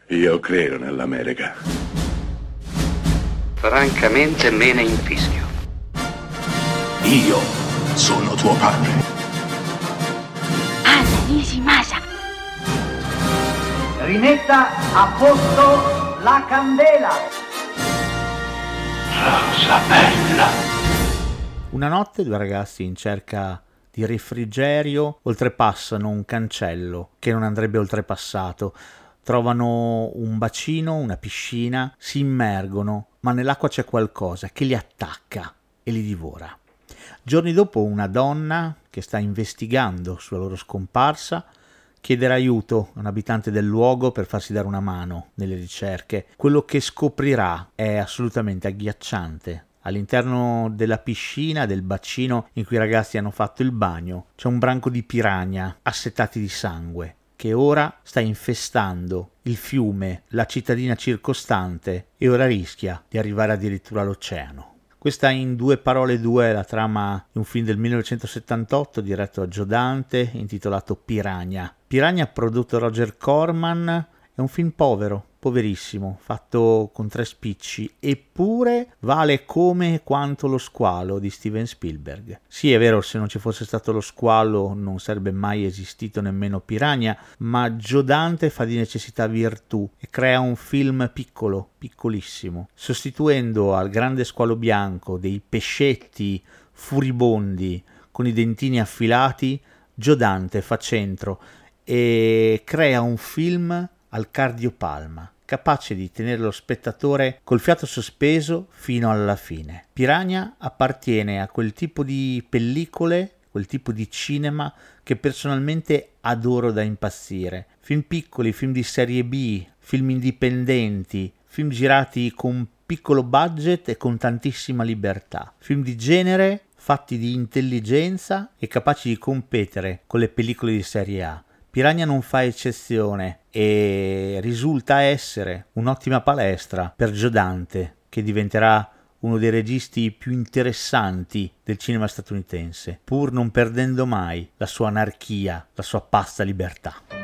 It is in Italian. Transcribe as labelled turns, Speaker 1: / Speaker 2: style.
Speaker 1: Io credo nell'America.
Speaker 2: Francamente me ne infischio.
Speaker 3: Io sono tuo padre.
Speaker 4: Anna Nishimasa.
Speaker 5: Rimetta a posto la candela.
Speaker 3: Rosa bella.
Speaker 6: Una notte due ragazzi in cerca di refrigerio oltrepassano un cancello che non andrebbe oltrepassato. Trovano un bacino, una piscina, si immergono, ma nell'acqua c'è qualcosa che li attacca e li divora. Giorni dopo una donna che sta investigando sulla loro scomparsa chiederà aiuto a un abitante del luogo per farsi dare una mano nelle ricerche. Quello che scoprirà è assolutamente agghiacciante. All'interno della piscina, del bacino in cui i ragazzi hanno fatto il bagno, c'è un branco di piranha assetati di sangue che ora sta infestando il fiume, la cittadina circostante e ora rischia di arrivare addirittura all'oceano. Questa in due parole due è la trama di un film del 1978 diretto da Joe Dante intitolato Piranha. Piranha, prodotto da Roger Corman, è un film povero, poverissimo, fatto con 3 spicci, eppure vale come quanto Lo squalo di Steven Spielberg. Sì, è vero, se non ci fosse stato Lo squalo non sarebbe mai esistito nemmeno Piranha, ma Joe Dante fa di necessità virtù e crea un film piccolo, piccolissimo, sostituendo al grande squalo bianco dei pescetti furibondi con i dentini affilati. Joe Dante fa centro e crea un film al cardiopalma, capace di tenere lo spettatore col fiato sospeso fino alla fine. Piranha appartiene a quel tipo di pellicole, quel tipo di cinema che personalmente adoro da impazzire. Film piccoli, film di serie B, film indipendenti, film girati con piccolo budget e con tantissima libertà. Film di genere fatti di intelligenza e capaci di competere con le pellicole di serie A. Piranha non fa eccezione e risulta essere un'ottima palestra per Joe Dante, che diventerà uno dei registi più interessanti del cinema statunitense, pur non perdendo mai la sua anarchia, la sua pazza libertà.